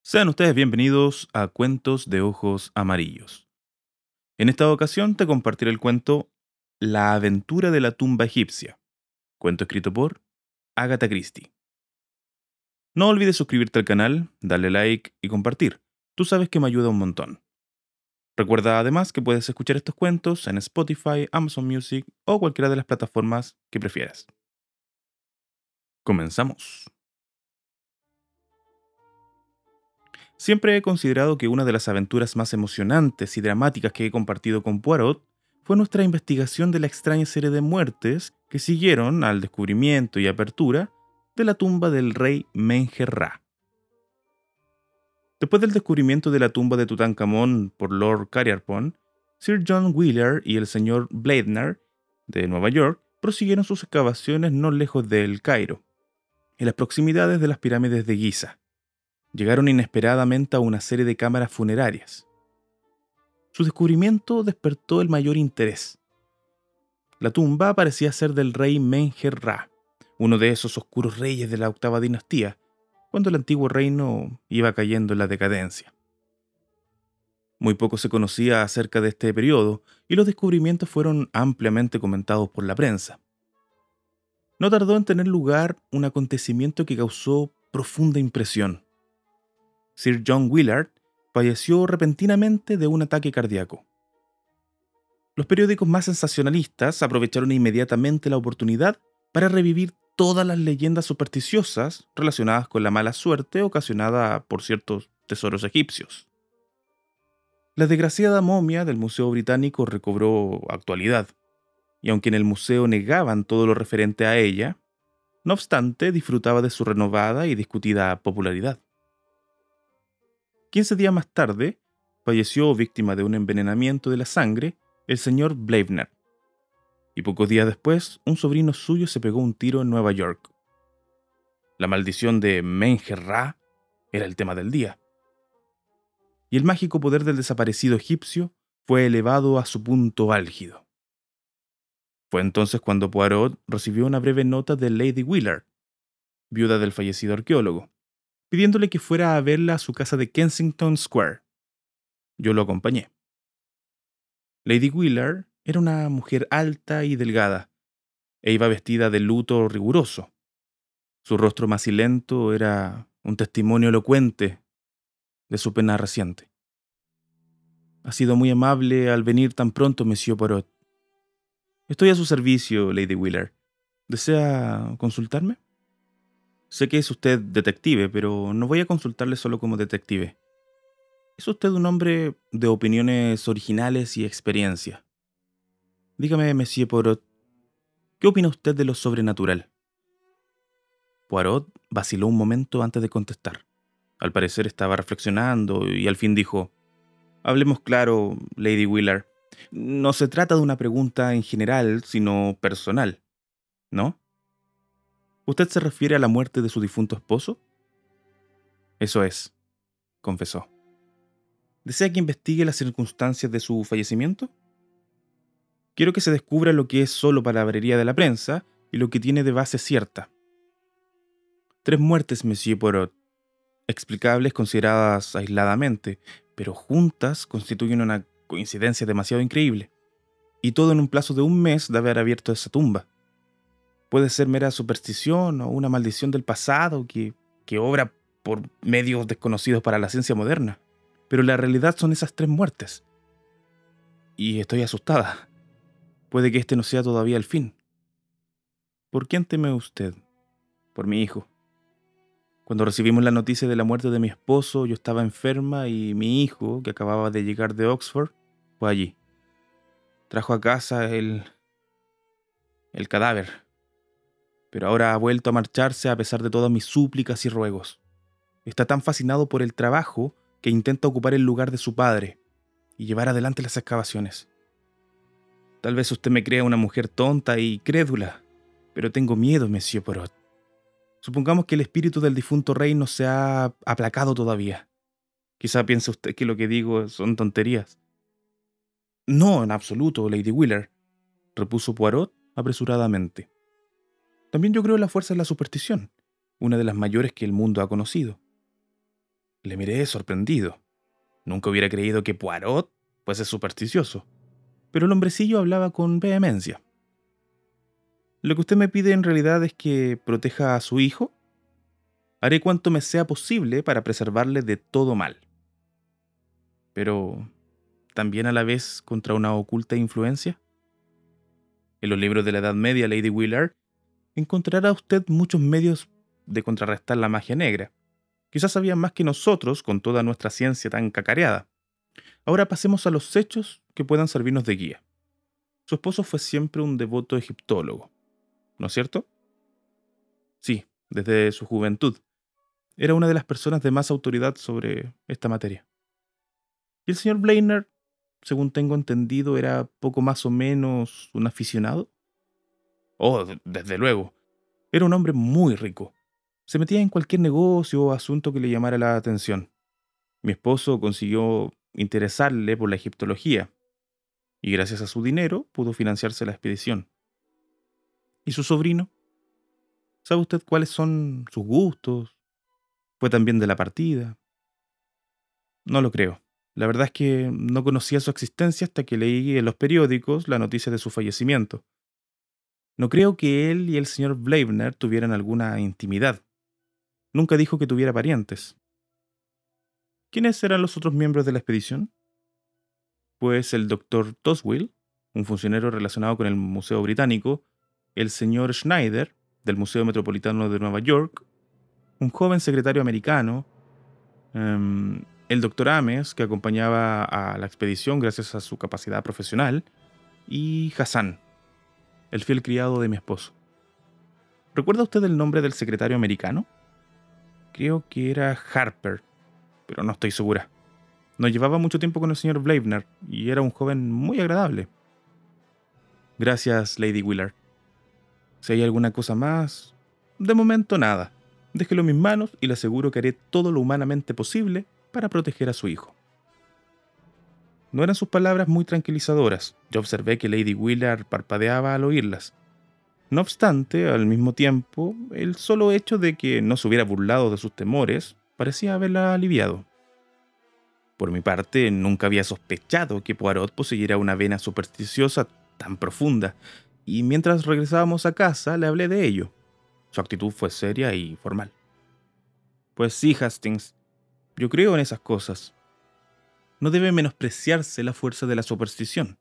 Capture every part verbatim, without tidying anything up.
Sean ustedes bienvenidos a Cuentos de Ojos Amarillos. En esta ocasión te compartiré el cuento La aventura de la tumba egipcia, cuento escrito por Agatha Christie. No olvides suscribirte al canal, darle like y compartir. Tú sabes que me ayuda un montón. Recuerda además que puedes escuchar estos cuentos en Spotify, Amazon Music o cualquiera de las plataformas que prefieras. Comenzamos. Siempre he considerado que una de las aventuras más emocionantes y dramáticas que he compartido con Poirot fue nuestra investigación de la extraña serie de muertes que siguieron al descubrimiento y apertura de la tumba del rey Mengerra. Después del descubrimiento de la tumba de Tutankamón por Lord Caerhun, Sir John Wheeler y el señor Bladner de Nueva York prosiguieron sus excavaciones no lejos de El Cairo, en las proximidades de las pirámides de Giza. Llegaron inesperadamente a una serie de cámaras funerarias. Su descubrimiento despertó el mayor interés. La tumba parecía ser del rey Mengerra, uno de esos oscuros reyes de la octava dinastía, cuando el antiguo reino iba cayendo en la decadencia. Muy poco se conocía acerca de este periodo y los descubrimientos fueron ampliamente comentados por la prensa. No tardó en tener lugar un acontecimiento que causó profunda impresión. Sir John Willard falleció repentinamente de un ataque cardíaco. Los periódicos más sensacionalistas aprovecharon inmediatamente la oportunidad para revivir todas las leyendas supersticiosas relacionadas con la mala suerte ocasionada por ciertos tesoros egipcios. La desgraciada momia del Museo Británico recobró actualidad, y aunque en el museo negaban todo lo referente a ella, no obstante disfrutaba de su renovada y discutida popularidad. Quince días más tarde, falleció víctima de un envenenamiento de la sangre el señor Bladner. Y pocos días después, un sobrino suyo se pegó un tiro en Nueva York. La maldición de Mengerra era el tema del día. Y el mágico poder del desaparecido egipcio fue elevado a su punto álgido. Fue entonces cuando Poirot recibió una breve nota de Lady Willard, viuda del fallecido arqueólogo, pidiéndole que fuera a verla a su casa de Kensington Square. Yo lo acompañé. Lady Willard era una mujer alta y delgada, e iba vestida de luto riguroso. Su rostro macilento era un testimonio elocuente de su pena reciente. Ha sido muy amable al venir tan pronto, Monsieur Poirot. Estoy a su servicio, Lady Willard. ¿Desea consultarme? Sé que es usted detective, pero no voy a consultarle solo como detective. Es usted un hombre de opiniones originales y experiencia. Dígame, Monsieur Poirot, ¿qué opina usted de lo sobrenatural? Poirot vaciló un momento antes de contestar. Al parecer estaba reflexionando y al fin dijo: Hablemos claro, Lady Willard. No se trata de una pregunta en general, sino personal, ¿no? ¿Usted se refiere a la muerte de su difunto esposo? Eso es, confesó. ¿Desea que investigue las circunstancias de su fallecimiento? Quiero que se descubra lo que es solo palabrería de la prensa y lo que tiene de base cierta. Tres muertes, Monsieur Poirot, explicables consideradas aisladamente, pero juntas constituyen una coincidencia demasiado increíble. Y todo en un plazo de un mes de haber abierto esa tumba. Puede ser mera superstición o una maldición del pasado que, que obra por medios desconocidos para la ciencia moderna. Pero la realidad son esas tres muertes. Y estoy asustada. Puede que este no sea todavía el fin. ¿Por quién teme usted? Por mi hijo. Cuando recibimos la noticia de la muerte de mi esposo, yo estaba enferma y mi hijo, que acababa de llegar de Oxford, fue allí. Trajo a casa el... el cadáver. Pero ahora ha vuelto a marcharse a pesar de todas mis súplicas y ruegos. Está tan fascinado por el trabajo que intenta ocupar el lugar de su padre y llevar adelante las excavaciones. Tal vez usted me crea una mujer tonta y crédula, pero tengo miedo, Monsieur Poirot. Supongamos que el espíritu del difunto rey no se ha aplacado todavía. Quizá piense usted que lo que digo son tonterías. No, en absoluto, Lady Willard, repuso Poirot apresuradamente. También yo creo en la fuerza de la superstición, una de las mayores que el mundo ha conocido. Le miré sorprendido. Nunca hubiera creído que Poirot fuese supersticioso, pero el hombrecillo hablaba con vehemencia. Lo que usted me pide en realidad es que proteja a su hijo. Haré cuanto me sea posible para preservarle de todo mal. Pero, ¿también a la vez contra una oculta influencia? En los libros de la Edad Media, Lady Willard, encontrará usted muchos medios de contrarrestar la magia negra. Quizás sabían más que nosotros con toda nuestra ciencia tan cacareada. Ahora pasemos a los hechos que puedan servirnos de guía. Su esposo fue siempre un devoto egiptólogo, ¿no es cierto? Sí, desde su juventud. Era una de las personas de más autoridad sobre esta materia. Y el señor Blainer, según tengo entendido, era poco más o menos un aficionado. Oh, de- desde luego. Era un hombre muy rico. Se metía en cualquier negocio o asunto que le llamara la atención. Mi esposo consiguió interesarle por la egiptología, y gracias a su dinero pudo financiarse la expedición. ¿Y su sobrino? ¿Sabe usted cuáles son sus gustos? ¿Fue también de la partida? No lo creo. La verdad es que no conocía su existencia hasta que leí en los periódicos la noticia de su fallecimiento. No creo que él y el señor Bleibner tuvieran alguna intimidad. Nunca dijo que tuviera parientes. ¿Quiénes eran los otros miembros de la expedición? Pues el doctor Toswell, un funcionario relacionado con el Museo Británico, el señor Schneider, del Museo Metropolitano de Nueva York, un joven secretario americano, em, el doctor Ames, que acompañaba a la expedición gracias a su capacidad profesional, y Hassan, el fiel criado de mi esposo. ¿Recuerda usted el nombre del secretario americano? Creo que era Harper, pero no estoy segura. No llevaba mucho tiempo con el señor Bleibner y era un joven muy agradable. Gracias, Lady Willard. Si hay alguna cosa más, de momento nada. Déjelo en mis manos y le aseguro que haré todo lo humanamente posible para proteger a su hijo. No eran sus palabras muy tranquilizadoras. Yo observé que Lady Willard parpadeaba al oírlas. No obstante, al mismo tiempo, el solo hecho de que no se hubiera burlado de sus temores parecía haberla aliviado. Por mi parte, nunca había sospechado que Poirot poseyera una vena supersticiosa tan profunda, y mientras regresábamos a casa le hablé de ello. Su actitud fue seria y formal. Pues sí, Hastings, yo creo en esas cosas. No debe menospreciarse la fuerza de la superstición.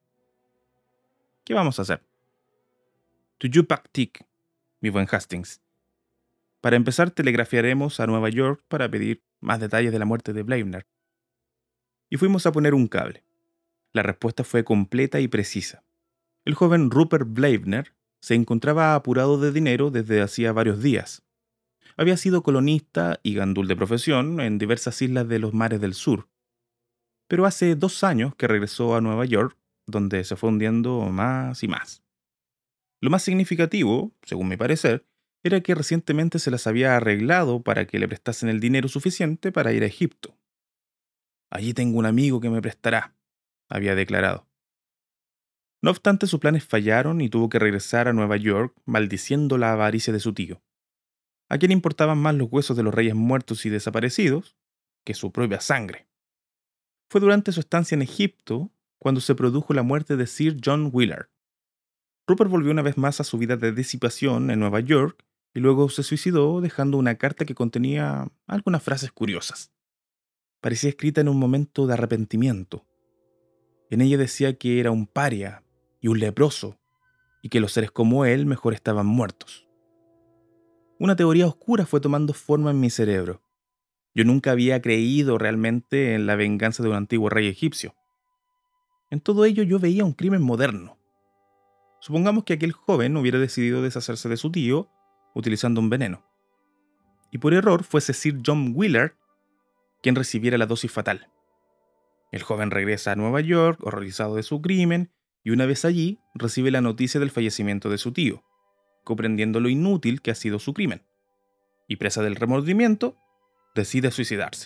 ¿Qué vamos a hacer? To you Tick, mi buen Hastings. Para empezar, telegrafiaremos a Nueva York para pedir más detalles de la muerte de Bleibner. Y fuimos a poner un cable. La respuesta fue completa y precisa. El joven Rupert Bleibner se encontraba apurado de dinero desde hacía varios días. Había sido colonista y gandul de profesión en diversas islas de los mares del sur, pero hace dos años que regresó a Nueva York, donde se fue hundiendo más y más. Lo más significativo, según mi parecer, era que recientemente se las había arreglado para que le prestasen el dinero suficiente para ir a Egipto. Allí tengo un amigo que me prestará, había declarado. No obstante, sus planes fallaron y tuvo que regresar a Nueva York maldiciendo la avaricia de su tío. ¿A quién importaban más los huesos de los reyes muertos y desaparecidos que su propia sangre? Fue durante su estancia en Egipto cuando se produjo la muerte de Sir John Willard. Rupert volvió una vez más a su vida de disipación en Nueva York y luego se suicidó dejando una carta que contenía algunas frases curiosas. Parecía escrita en un momento de arrepentimiento. En ella decía que era un paria y un leproso y que los seres como él mejor estaban muertos. Una teoría oscura fue tomando forma en mi cerebro. Yo nunca había creído realmente en la venganza de un antiguo rey egipcio. En todo ello yo veía un crimen moderno. Supongamos que aquel joven hubiera decidido deshacerse de su tío utilizando un veneno. Y por error fuese Sir John Willard quien recibiera la dosis fatal. El joven regresa a Nueva York, horrorizado de su crimen, y una vez allí recibe la noticia del fallecimiento de su tío, comprendiendo lo inútil que ha sido su crimen. Y presa del remordimiento, decide suicidarse.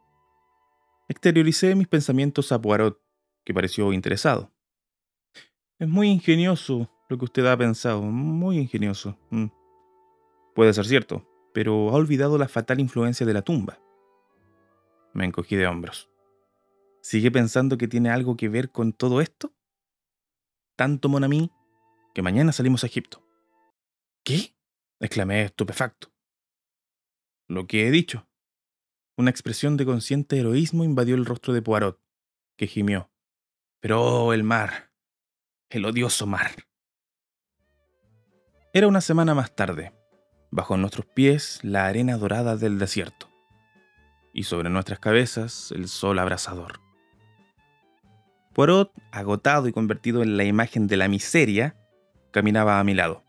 Exterioricé mis pensamientos a Poirot, que pareció interesado. Es muy ingenioso lo que usted ha pensado, muy ingenioso. Mm. Puede ser cierto, pero ha olvidado la fatal influencia de la tumba. Me encogí de hombros. ¿Sigue pensando que tiene algo que ver con todo esto? Tanto, mon ami, que mañana salimos a Egipto. ¿Qué? Exclamé estupefacto. Lo que he dicho. Una expresión de consciente heroísmo invadió el rostro de Poirot, que gimió. Pero oh, el mar, el odioso mar. Era una semana más tarde. Bajo nuestros pies la arena dorada del desierto. Y sobre nuestras cabezas el sol abrasador. Poirot, agotado y convertido en la imagen de la miseria, caminaba a mi lado.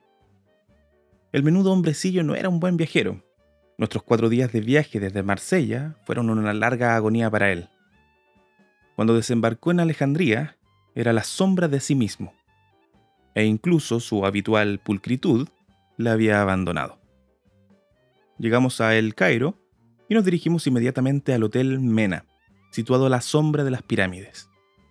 El menudo hombrecillo no era un buen viajero. Nuestros cuatro días de viaje desde Marsella fueron una larga agonía para él. Cuando desembarcó en Alejandría, era la sombra de sí mismo, e incluso su habitual pulcritud la había abandonado. Llegamos a El Cairo y nos dirigimos inmediatamente al Hotel Mena, situado a la sombra de las pirámides.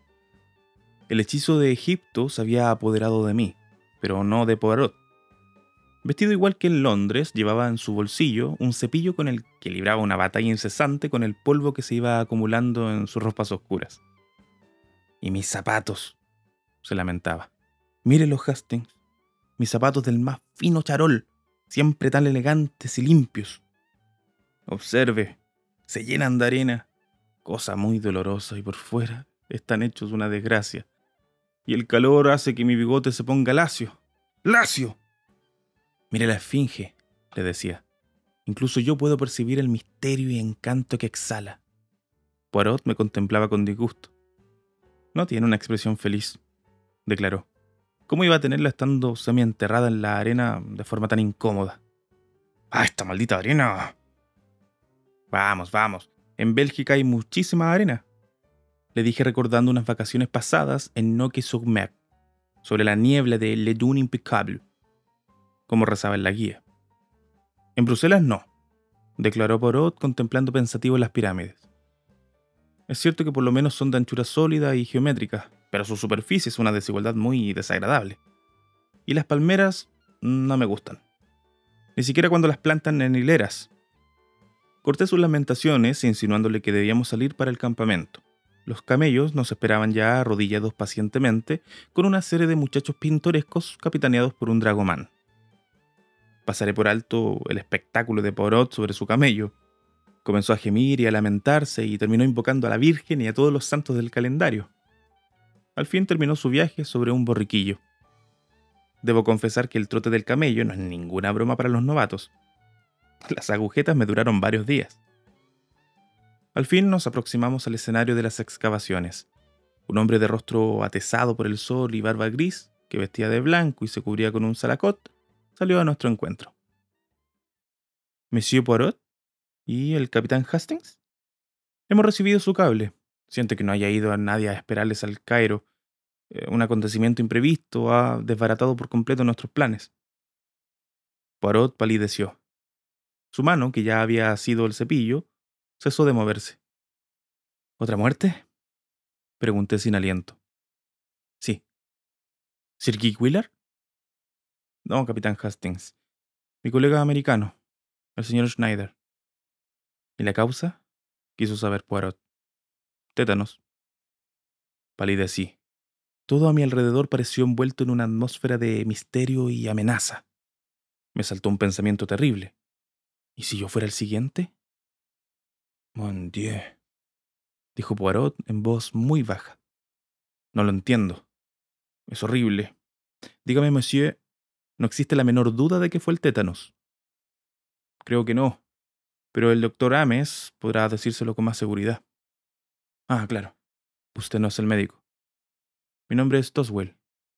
El hechizo de Egipto se había apoderado de mí, pero no de Poirot. Vestido igual que en Londres, llevaba en su bolsillo un cepillo con el que libraba una batalla incesante con el polvo que se iba acumulando en sus ropas oscuras. «Y mis zapatos», se lamentaba. «Mírelos, Hastings, mis zapatos del más fino charol, siempre tan elegantes y limpios. Observe, se llenan de arena, cosa muy dolorosa, y por fuera están hechos una desgracia. Y el calor hace que mi bigote se ponga lacio. ¡Lacio! Mire la esfinge», le decía. «Incluso yo puedo percibir el misterio y encanto que exhala». Poirot me contemplaba con disgusto. «No tiene una expresión feliz», declaró. «¿Cómo iba a tenerla estando semienterrada en la arena de forma tan incómoda?» «¡Ah, esta maldita arena!» «Vamos, vamos. En Bélgica hay muchísima arena», le dije recordando unas vacaciones pasadas en Noque-sur-Mer, sobre la niebla de Les Dunes Impecables, como rezaba en la guía. «En Bruselas no», declaró Poirot contemplando pensativo las pirámides. «Es cierto que por lo menos son de anchura sólida y geométrica, pero su superficie es una desigualdad muy desagradable. Y las palmeras no me gustan. Ni siquiera cuando las plantan en hileras». Corté sus lamentaciones insinuándole que debíamos salir para el campamento. Los camellos nos esperaban ya arrodillados pacientemente con una serie de muchachos pintorescos capitaneados por un dragomán. Pasaré por alto el espectáculo de Poirot sobre su camello. Comenzó a gemir y a lamentarse y terminó invocando a la Virgen y a todos los santos del calendario. Al fin terminó su viaje sobre un borriquillo. Debo confesar que el trote del camello no es ninguna broma para los novatos. Las agujetas me duraron varios días. Al fin nos aproximamos al escenario de las excavaciones. Un hombre de rostro atezado por el sol y barba gris, que vestía de blanco y se cubría con un salacot, salió a nuestro encuentro. «¿Monsieur Poirot? ¿Y el capitán Hastings? Hemos recibido su cable. Siento que no haya ido a nadie a esperarles al Cairo. Eh, un acontecimiento imprevisto ha desbaratado por completo nuestros planes». Poirot palideció. Su mano, que ya había sido el cepillo, cesó de moverse. «¿Otra muerte?», pregunté sin aliento. «Sí». «¿Sir Guy Wheeler?» «No, capitán Hastings. Mi colega americano, el señor Schneider». «¿Y la causa?», quiso saber Poirot. «Tétanos». Palidecí. Todo a mi alrededor pareció envuelto en una atmósfera de misterio y amenaza. Me saltó un pensamiento terrible. ¿Y si yo fuera el siguiente? «Mon Dieu», dijo Poirot en voz muy baja. «No lo entiendo. Es horrible. Dígame, monsieur, ¿no existe la menor duda de que fue el tétanos?» «Creo que no, pero el doctor Ames podrá decírselo con más seguridad». «Ah, claro. Usted no es el médico. Mi nombre es Toswell».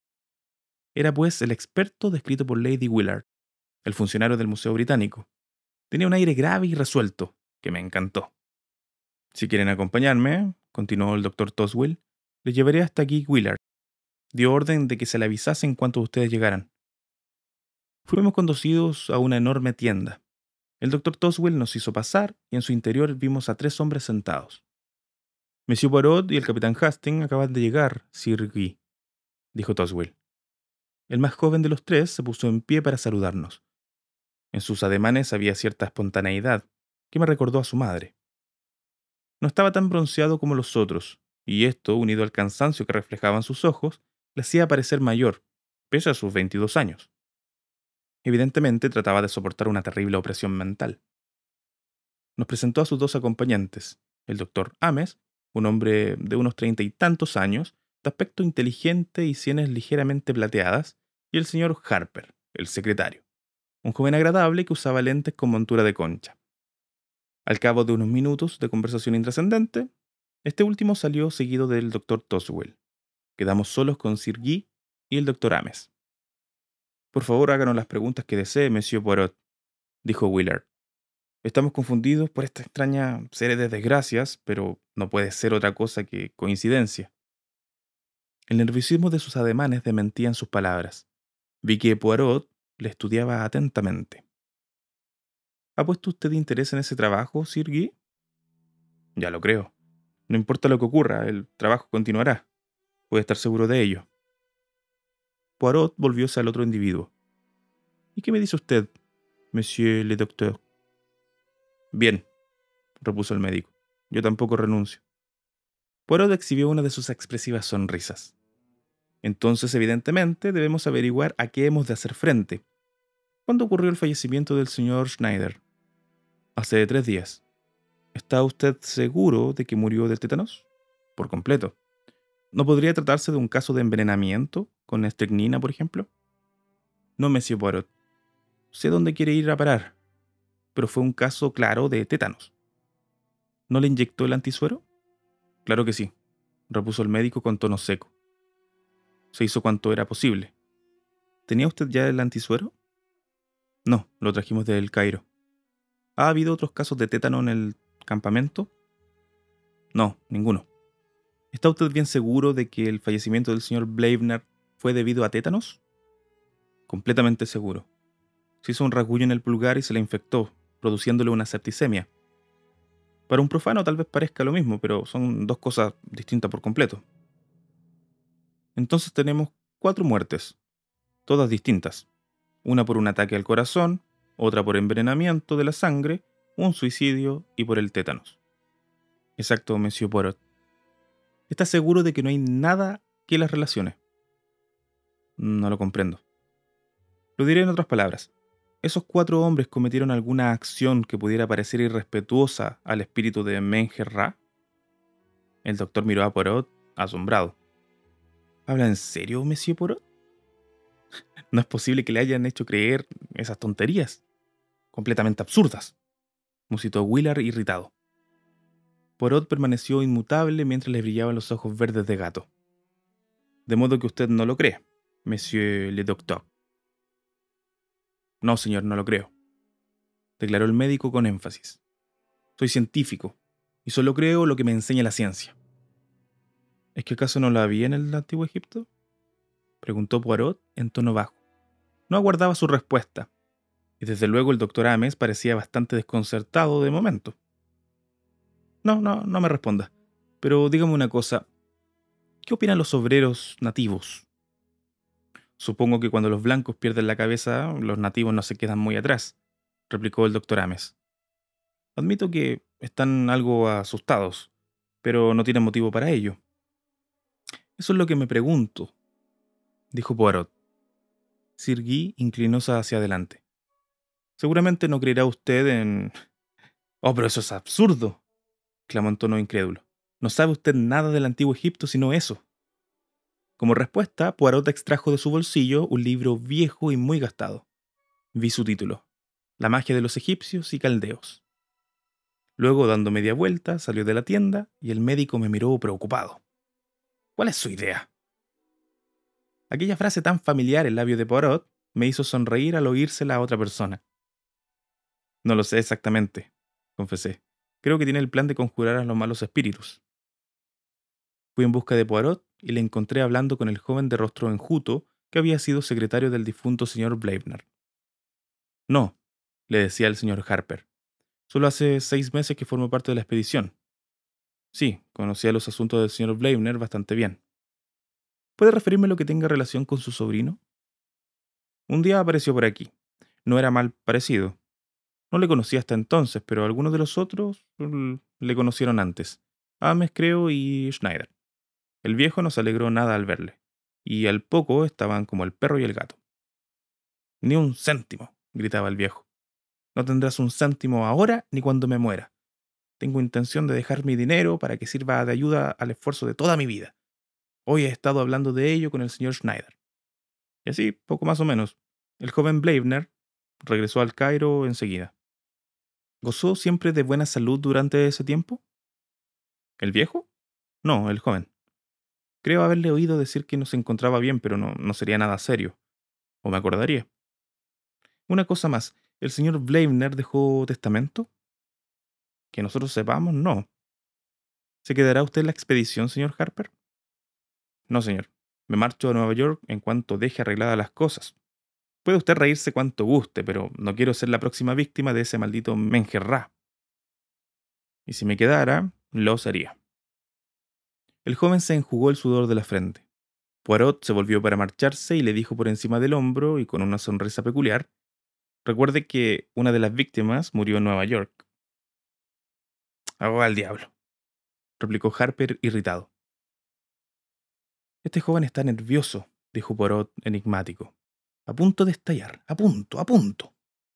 Era pues el experto descrito por Lady Willard, el funcionario del Museo Británico. Tenía un aire grave y resuelto, que me encantó. «Si quieren acompañarme», continuó el doctor Toswell, «les llevaré hasta Guy Willard. Dio orden de que se le avisase en cuanto ustedes llegaran». Fuimos conducidos a una enorme tienda. El doctor Toswell nos hizo pasar y en su interior vimos a tres hombres sentados. «Monsieur Poirot y el capitán Hastings acaban de llegar, Sir Guy», dijo Toswell. El más joven de los tres se puso en pie para saludarnos. En sus ademanes había cierta espontaneidad que me recordó a su madre. No estaba tan bronceado como los otros, y esto, unido al cansancio que reflejaban sus ojos, le hacía parecer mayor, pese a sus veintidós años. Evidentemente trataba de soportar una terrible opresión mental. Nos presentó a sus dos acompañantes, el doctor Ames, un hombre de unos treinta y tantos años, de aspecto inteligente y sienes ligeramente plateadas, y el señor Harper, el secretario, un joven agradable que usaba lentes con montura de concha. Al cabo de unos minutos de conversación intrascendente, este último salió seguido del doctor Toswell. Quedamos solos con Sir Guy y el doctor Ames. «Por favor, háganos las preguntas que desee, Monsieur Poirot», dijo Willard. «Estamos confundidos por esta extraña serie de desgracias, pero no puede ser otra cosa que coincidencia». El nerviosismo de sus ademanes desmentían sus palabras. Vi que Poirot le estudiaba atentamente. «¿Ha puesto usted interés en ese trabajo, Sir Guy?» «Ya lo creo. No importa lo que ocurra, el trabajo continuará. Puede estar seguro de ello». Poirot volvióse al otro individuo. «¿Y qué me dice usted, Monsieur le Docteur?» «Bien», repuso el médico. «Yo tampoco renuncio». Poirot exhibió una de sus expresivas sonrisas. «Entonces, evidentemente, debemos averiguar a qué hemos de hacer frente. ¿Cuándo ocurrió el fallecimiento del señor Schneider?» «Hace tres días». «¿Está usted seguro de que murió de tétanos?» «Por completo». ¿No podría tratarse de un caso de envenenamiento, con estricnina, por ejemplo?» «No, Monsieur Poirot. Sé dónde quiere ir a parar, pero fue un caso claro de tétanos». «¿No le inyectó el antisuero?» «Claro que sí», repuso el médico con tono seco. «Se hizo cuanto era posible». «¿Tenía usted ya el antisuero?» «No, lo trajimos del Cairo». «¿Ha habido otros casos de tétano en el campamento?» «No, ninguno». ¿Está usted bien seguro de que el fallecimiento del señor Blaivner fue debido a tétanos?» «Completamente seguro. Se hizo un rasguño en el pulgar y se le infectó, produciéndole una septicemia. Para un profano tal vez parezca lo mismo, pero son dos cosas distintas por completo». «Entonces tenemos cuatro muertes, todas distintas. Una por un ataque al corazón, otra por envenenamiento de la sangre, un suicidio y por el tétanos». «Exacto, Monsieur Poirot». «¿Está seguro de que no hay nada que las relacione?» «No lo comprendo». Lo diré en otras palabras. ¿Esos cuatro hombres cometieron alguna acción que pudiera parecer irrespetuosa al espíritu de Menger-Ra? El doctor miró a Poirot asombrado. ¿Habla en serio, Monsieur Poirot? No es posible que le hayan hecho creer esas tonterías. Completamente absurdas, musitó Willard irritado. Poirot permaneció inmutable mientras le brillaban los ojos verdes de gato. «De modo que usted no lo cree, Monsieur le Docteur». «No, señor, no lo creo», declaró el médico con énfasis. «Soy científico, y solo creo lo que me enseña la ciencia». «¿Es que acaso no la había en el antiguo Egipto?», preguntó Poirot en tono bajo. No aguardaba su respuesta, y desde luego el doctor Ames parecía bastante desconcertado de momento. «No, no, no me responda. Pero dígame una cosa. ¿Qué opinan los obreros nativos?» «Supongo que cuando los blancos pierden la cabeza, los nativos no se quedan muy atrás», replicó el doctor Ames. «Admito que están algo asustados, pero no tienen motivo para ello». «Eso es lo que me pregunto», dijo Poirot. Sir Guy inclinóse hacia adelante. «Seguramente no creerá usted en...» «Oh, pero eso es absurdo», clamó en tono incrédulo. «No sabe usted nada del antiguo Egipto sino eso». Como respuesta, Poirot extrajo de su bolsillo un libro viejo y muy gastado. Vi su título: La magia de los egipcios y caldeos. Luego, dando media vuelta, salió de la tienda y el médico me miró preocupado. «¿Cuál es su idea?». Aquella frase tan familiar en labios de Poirot me hizo sonreír al oírsela a otra persona. «No lo sé exactamente», confesé. «Creo que tiene el plan de conjurar a los malos espíritus». Fui en busca de Poirot y le encontré hablando con el joven de rostro enjuto que había sido secretario del difunto señor Blaivner. «No», le decía el señor Harper. «Solo hace seis meses que formo parte de la expedición». «Sí, conocía los asuntos del señor Blaivner bastante bien». «¿Puede referirme a lo que tenga relación con su sobrino?». «Un día apareció por aquí. No era mal parecido. No le conocía hasta entonces, pero algunos de los otros mm, le conocieron antes. Ames, creo, y Schneider. El viejo no se alegró nada al verle, y al poco estaban como el perro y el gato. Ni un céntimo, gritaba el viejo. No tendrás un céntimo ahora ni cuando me muera. Tengo intención de dejar mi dinero para que sirva de ayuda al esfuerzo de toda mi vida. Hoy he estado hablando de ello con el señor Schneider. Y así, poco más o menos, el joven Bleibner regresó al Cairo enseguida. ¿Gozó siempre de buena salud durante ese tiempo? ¿El viejo? No, el joven. Creo haberle oído decir que no se encontraba bien, pero no, no sería nada serio. O me acordaría. Una cosa más, ¿el señor Bleibner dejó testamento? Que nosotros sepamos, no. ¿Se quedará usted en la expedición, señor Harper? No, señor. Me marcho a Nueva York en cuanto deje arregladas las cosas. Puede usted reírse cuanto guste, pero no quiero ser la próxima víctima de ese maldito Mengerrá. Y si me quedara, lo sería. El joven se enjugó el sudor de la frente. Poirot se volvió para marcharse y le dijo por encima del hombro y con una sonrisa peculiar: recuerde que una de las víctimas murió en Nueva York. «Oh, al diablo», replicó Harper irritado. «Este joven está nervioso», dijo Poirot enigmático. «A punto de estallar, a punto, a punto».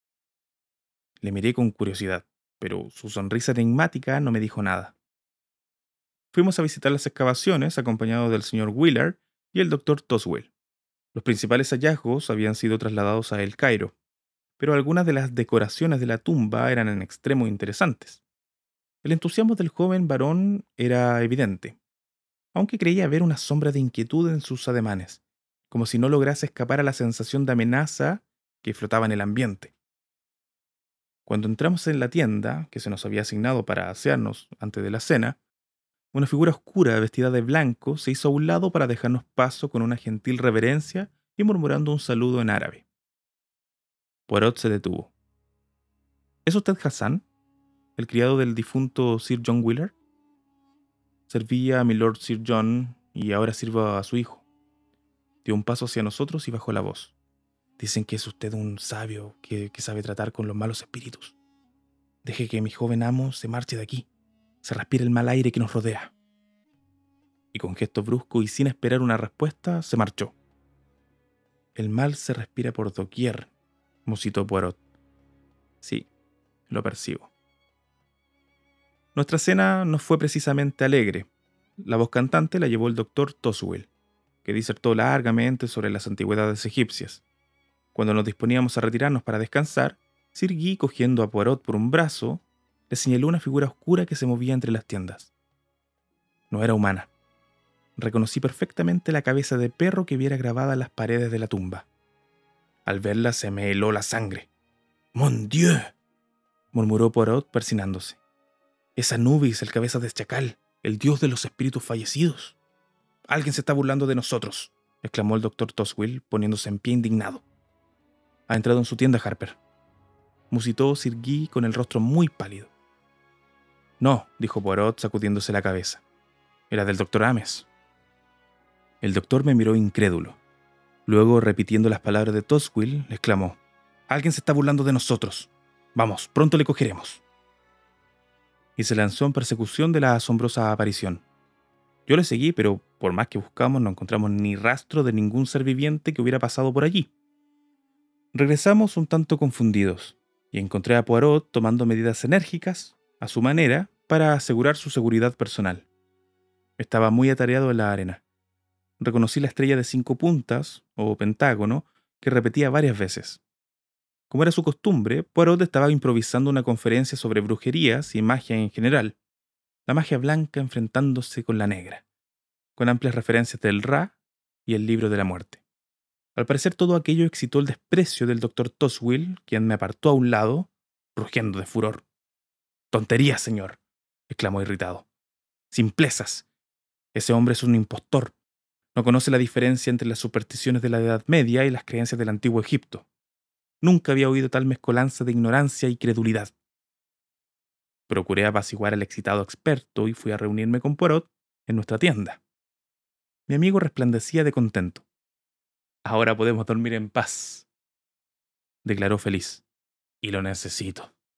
Le miré con curiosidad, pero su sonrisa enigmática no me dijo nada. Fuimos a visitar las excavaciones acompañados del señor Willard y el doctor Toswell. Los principales hallazgos habían sido trasladados a El Cairo, pero algunas de las decoraciones de la tumba eran en extremo interesantes. El entusiasmo del joven varón era evidente, aunque creía ver una sombra de inquietud en sus ademanes, como si no lograse escapar a la sensación de amenaza que flotaba en el ambiente. Cuando entramos en la tienda, que se nos había asignado para asearnos antes de la cena, una figura oscura vestida de blanco se hizo a un lado para dejarnos paso con una gentil reverencia y murmurando un saludo en árabe. Poirot se detuvo. ¿Es usted Hassan, el criado del difunto Sir John Willard? Servía a mi Lord Sir John y ahora sirvo a su hijo. Dio un paso hacia nosotros y bajó la voz. Dicen que es usted un sabio que, que sabe tratar con los malos espíritus. Deje que mi joven amo se marche de aquí. Se respire el mal aire que nos rodea. Y con gesto brusco y sin esperar una respuesta, se marchó. El mal se respira por doquier, musitó Poirot. Sí, lo percibo. Nuestra cena no fue precisamente alegre. La voz cantante la llevó el doctor Toswell, que disertó largamente sobre las antigüedades egipcias. Cuando nos disponíamos a retirarnos para descansar, Sir Guy, cogiendo a Poirot por un brazo, le señaló una figura oscura que se movía entre las tiendas. No era humana. Reconocí perfectamente la cabeza de perro que viera grabada en las paredes de la tumba. Al verla se me heló la sangre. «Mon Dieu», murmuró Poirot persinándose. «Es Anubis, el cabeza de chacal, el dios de los espíritus fallecidos». «Alguien se está burlando de nosotros», exclamó el doctor Toswell, poniéndose en pie indignado. «Ha entrado en su tienda, Harper», musitó Sir Guy con el rostro muy pálido. «No», dijo Poirot sacudiéndose la cabeza. «Era del doctor Ames». El doctor me miró incrédulo. Luego, repitiendo las palabras de Toswell, exclamó: «Alguien se está burlando de nosotros. Vamos, pronto le cogeremos». Y se lanzó en persecución de la asombrosa aparición. Yo le seguí, pero por más que buscamos no encontramos ni rastro de ningún ser viviente que hubiera pasado por allí. Regresamos un tanto confundidos, y encontré a Poirot tomando medidas enérgicas, a su manera, para asegurar su seguridad personal. Estaba muy atareado en la arena. Reconocí la estrella de cinco puntas, o pentágono, que repetía varias veces. Como era su costumbre, Poirot estaba improvisando una conferencia sobre brujerías y magia en general, la magia blanca enfrentándose con la negra, con amplias referencias del Ra y el libro de la muerte. Al parecer todo aquello excitó el desprecio del doctor Toswell, quien me apartó a un lado, rugiendo de furor. «¡Tonterías, señor!», exclamó irritado. «¡Simplezas! Ese hombre es un impostor. No conoce la diferencia entre las supersticiones de la Edad Media y las creencias del antiguo Egipto. Nunca había oído tal mezcolanza de ignorancia y credulidad». Procuré apaciguar al excitado experto y fui a reunirme con Poirot en nuestra tienda. Mi amigo resplandecía de contento. «Ahora podemos dormir en paz», declaró feliz. «Y lo necesito».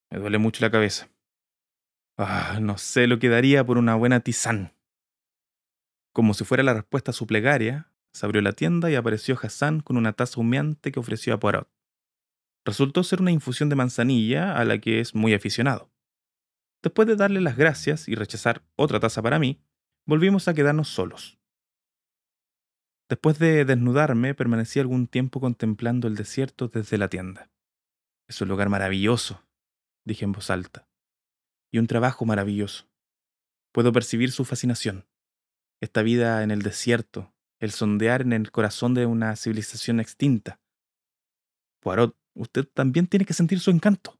Me duele mucho la cabeza. Ah, no sé lo que daría por una buena tisán. Como si fuera la respuesta a su plegaria, se abrió la tienda y apareció Hassan con una taza humeante que ofreció a Poirot. Resultó ser una infusión de manzanilla a la que es muy aficionado. Después de darle las gracias y rechazar otra taza para mí, volvimos a quedarnos solos. Después de desnudarme, permanecí algún tiempo contemplando el desierto desde la tienda. Es un lugar maravilloso, dije en voz alta, y un trabajo maravilloso. Puedo percibir su fascinación. Esta vida en el desierto, el sondear en el corazón de una civilización extinta. Poirot, usted también tiene que sentir su encanto.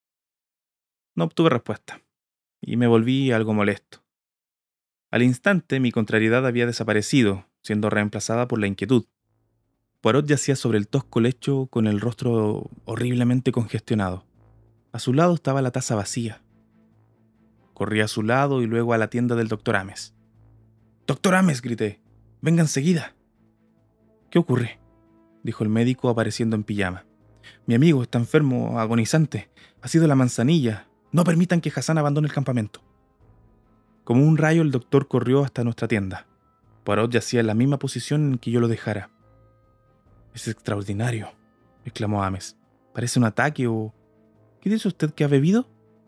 No obtuve respuesta, y me volví algo molesto. Al instante mi contrariedad había desaparecido, siendo reemplazada por la inquietud. Poirot yacía sobre el tosco lecho con el rostro horriblemente congestionado. A su lado estaba la taza vacía. Corrí a su lado y luego a la tienda del doctor Ames. «¡Doctor Ames!», grité. «¡Venga enseguida!». «¿Qué ocurre?», dijo el médico apareciendo en pijama. «Mi amigo está enfermo, agonizante. Ha sido la manzanilla. No permitan que Hassan abandone el campamento». Como un rayo el doctor corrió hasta nuestra tienda. Poirot yacía en la misma posición en que yo lo dejara. «Es extraordinario», exclamó Ames. «Parece un ataque o... ¿Qué dice usted que ha bebido?».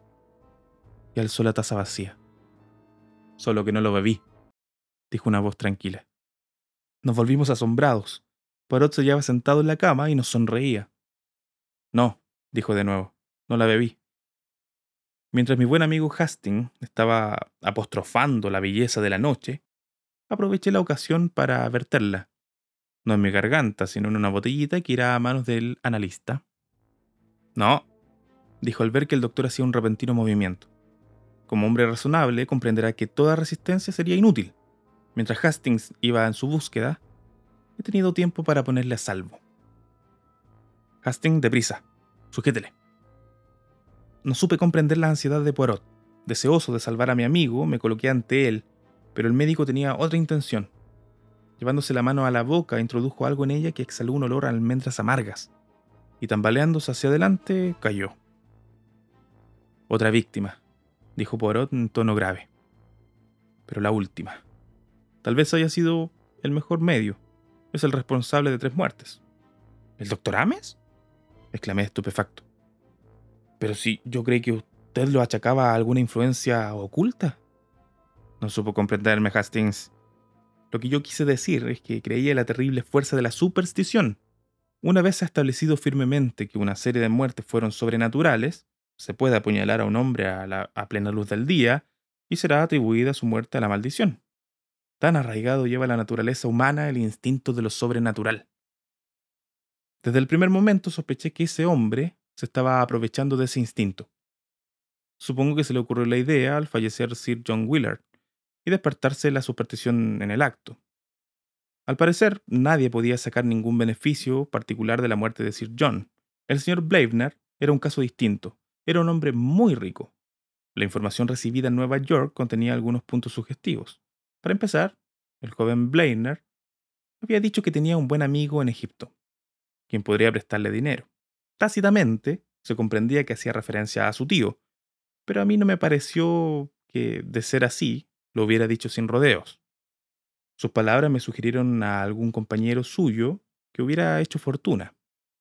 Y alzó la taza vacía. «Solo que no lo bebí», dijo una voz tranquila. Nos volvimos asombrados. Poirot se hallaba sentado en la cama y nos sonreía. «No», dijo de nuevo, «no la bebí». Mientras mi buen amigo Hastings estaba apostrofando la belleza de la noche, aproveché la ocasión para verterla, no en mi garganta, sino en una botellita que irá a manos del analista. «No», dijo al ver que el doctor hacía un repentino movimiento. Como hombre razonable, comprenderá que toda resistencia sería inútil. Mientras Hastings iba en su búsqueda, he tenido tiempo para ponerle a salvo. «Hastings, deprisa. Sujétele». No supe comprender la ansiedad de Poirot. Deseoso de salvar a mi amigo, me coloqué ante él, pero el médico tenía otra intención. Llevándose la mano a la boca, introdujo algo en ella que exhaló un olor a almendras amargas, y tambaleándose hacia adelante, cayó. «Otra víctima», dijo Poirot en tono grave. «Pero la última. Tal vez haya sido el mejor medio. Es el responsable de tres muertes». «¿El doctor Ames?», exclamé estupefacto. «Pero si yo creí que usted lo achacaba a alguna influencia oculta». No supo comprenderme Hastings. Lo que yo quise decir es que creía en la terrible fuerza de la superstición. Una vez se ha establecido firmemente que una serie de muertes fueron sobrenaturales, se puede apuñalar a un hombre a, la, a plena luz del día y será atribuida su muerte a la maldición. Tan arraigado lleva la naturaleza humana el instinto de lo sobrenatural. Desde el primer momento sospeché que ese hombre se estaba aprovechando de ese instinto. Supongo que se le ocurrió la idea al fallecer Sir John Willard y despertarse la superstición en el acto. Al parecer, nadie podía sacar ningún beneficio particular de la muerte de Sir John. El señor Blaivner era un caso distinto. Era un hombre muy rico. La información recibida en Nueva York contenía algunos puntos sugestivos. Para empezar, el joven Blaivner había dicho que tenía un buen amigo en Egipto, quien podría prestarle dinero. Tácitamente, se comprendía que hacía referencia a su tío, pero a mí no me pareció que, de ser así, lo hubiera dicho sin rodeos. Sus palabras me sugirieron a algún compañero suyo que hubiera hecho fortuna.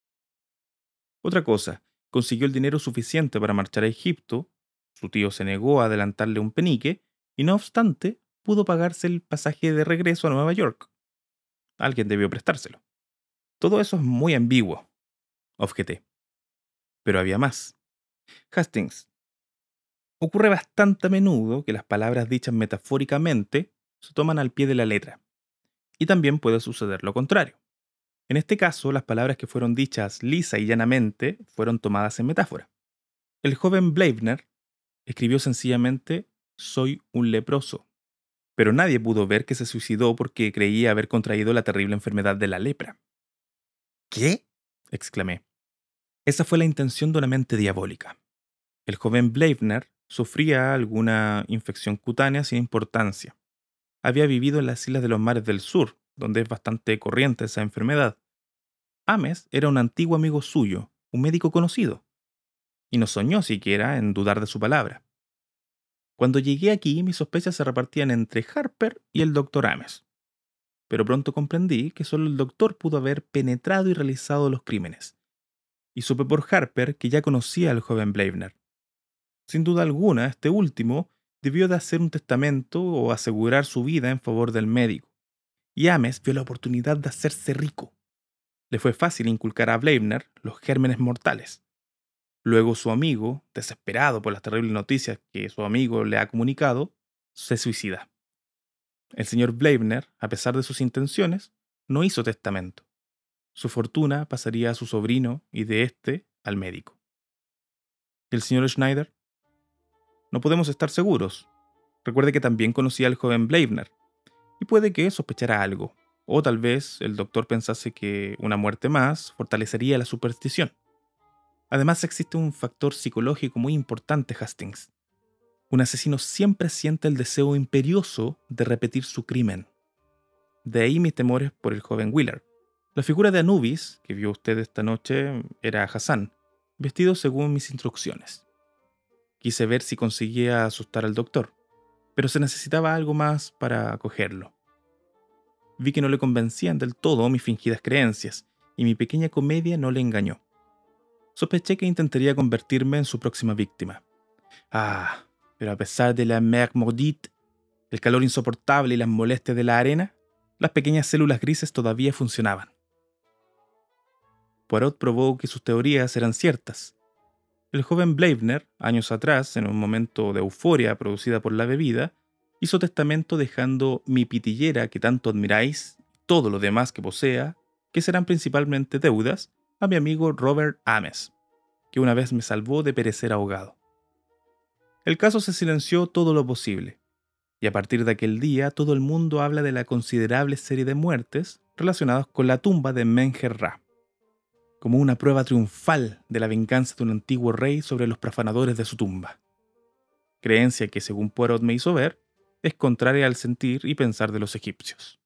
Otra cosa, consiguió el dinero suficiente para marchar a Egipto, su tío se negó a adelantarle un penique, y no obstante, pudo pagarse el pasaje de regreso a Nueva York. Alguien debió prestárselo. Todo eso es muy ambiguo, objeté. Pero había más. Hastings, ocurre bastante a menudo que las palabras dichas metafóricamente se toman al pie de la letra. Y también puede suceder lo contrario. En este caso, las palabras que fueron dichas lisa y llanamente fueron tomadas en metáfora. El joven Blaivner escribió sencillamente «soy un leproso», pero nadie pudo ver que se suicidó porque creía haber contraído la terrible enfermedad de la lepra. «¿Qué?», exclamé. Esa fue la intención de una mente diabólica. El joven Blaivner sufría alguna infección cutánea sin importancia. Había vivido en las islas de los mares del sur, donde es bastante corriente esa enfermedad. Ames era un antiguo amigo suyo, un médico conocido. y no soñó siquiera en dudar de su palabra. Cuando llegué aquí, mis sospechas se repartían entre Harper y el doctor Ames, pero pronto comprendí que solo el doctor pudo haber penetrado y realizado los crímenes, y supe por Harper que ya conocía al joven Blaivner. Sin duda alguna, este último debió de hacer un testamento o asegurar su vida en favor del médico, y Ames vio la oportunidad de hacerse rico. Le fue fácil inculcar a Blaivner los gérmenes mortales. Luego su amigo, desesperado por las terribles noticias que su amigo le ha comunicado, se suicida. El señor Blaivner, a pesar de sus intenciones, no hizo testamento. Su fortuna pasaría a su sobrino y de éste al médico. ¿Y el señor Schneider? No podemos estar seguros. Recuerde que también conocía al joven Blaivner, y puede que sospechara algo, o tal vez el doctor pensase que una muerte más fortalecería la superstición. Además existe un factor psicológico muy importante, Hastings. Un asesino siempre siente el deseo imperioso de repetir su crimen. De ahí mis temores por el joven Wheeler. La figura de Anubis, que vio usted esta noche, era Hassan, vestido según mis instrucciones. Quise ver si conseguía asustar al doctor, pero se necesitaba algo más para acogerlo. Vi que no le convencían del todo mis fingidas creencias, y mi pequeña comedia no le engañó. Sospeché que intentaría convertirme en su próxima víctima. Ah, pero a pesar de la mer maudite, el calor insoportable y las molestias de la arena, las pequeñas células grises todavía funcionaban. Poirot probó que sus teorías eran ciertas. El joven Blaivner, años atrás, en un momento de euforia producida por la bebida, hizo testamento dejando mi pitillera que tanto admiráis y todo lo demás que posea, que serán principalmente deudas, a mi amigo Robert Ames, que una vez me salvó de perecer ahogado. El caso se silenció todo lo posible, y a partir de aquel día todo el mundo habla de la considerable serie de muertes relacionadas con la tumba de Menher-Ra, como una prueba triunfal de la venganza de un antiguo rey sobre los profanadores de su tumba. Creencia que, según Poirot me hizo ver, es contraria al sentir y pensar de los egipcios.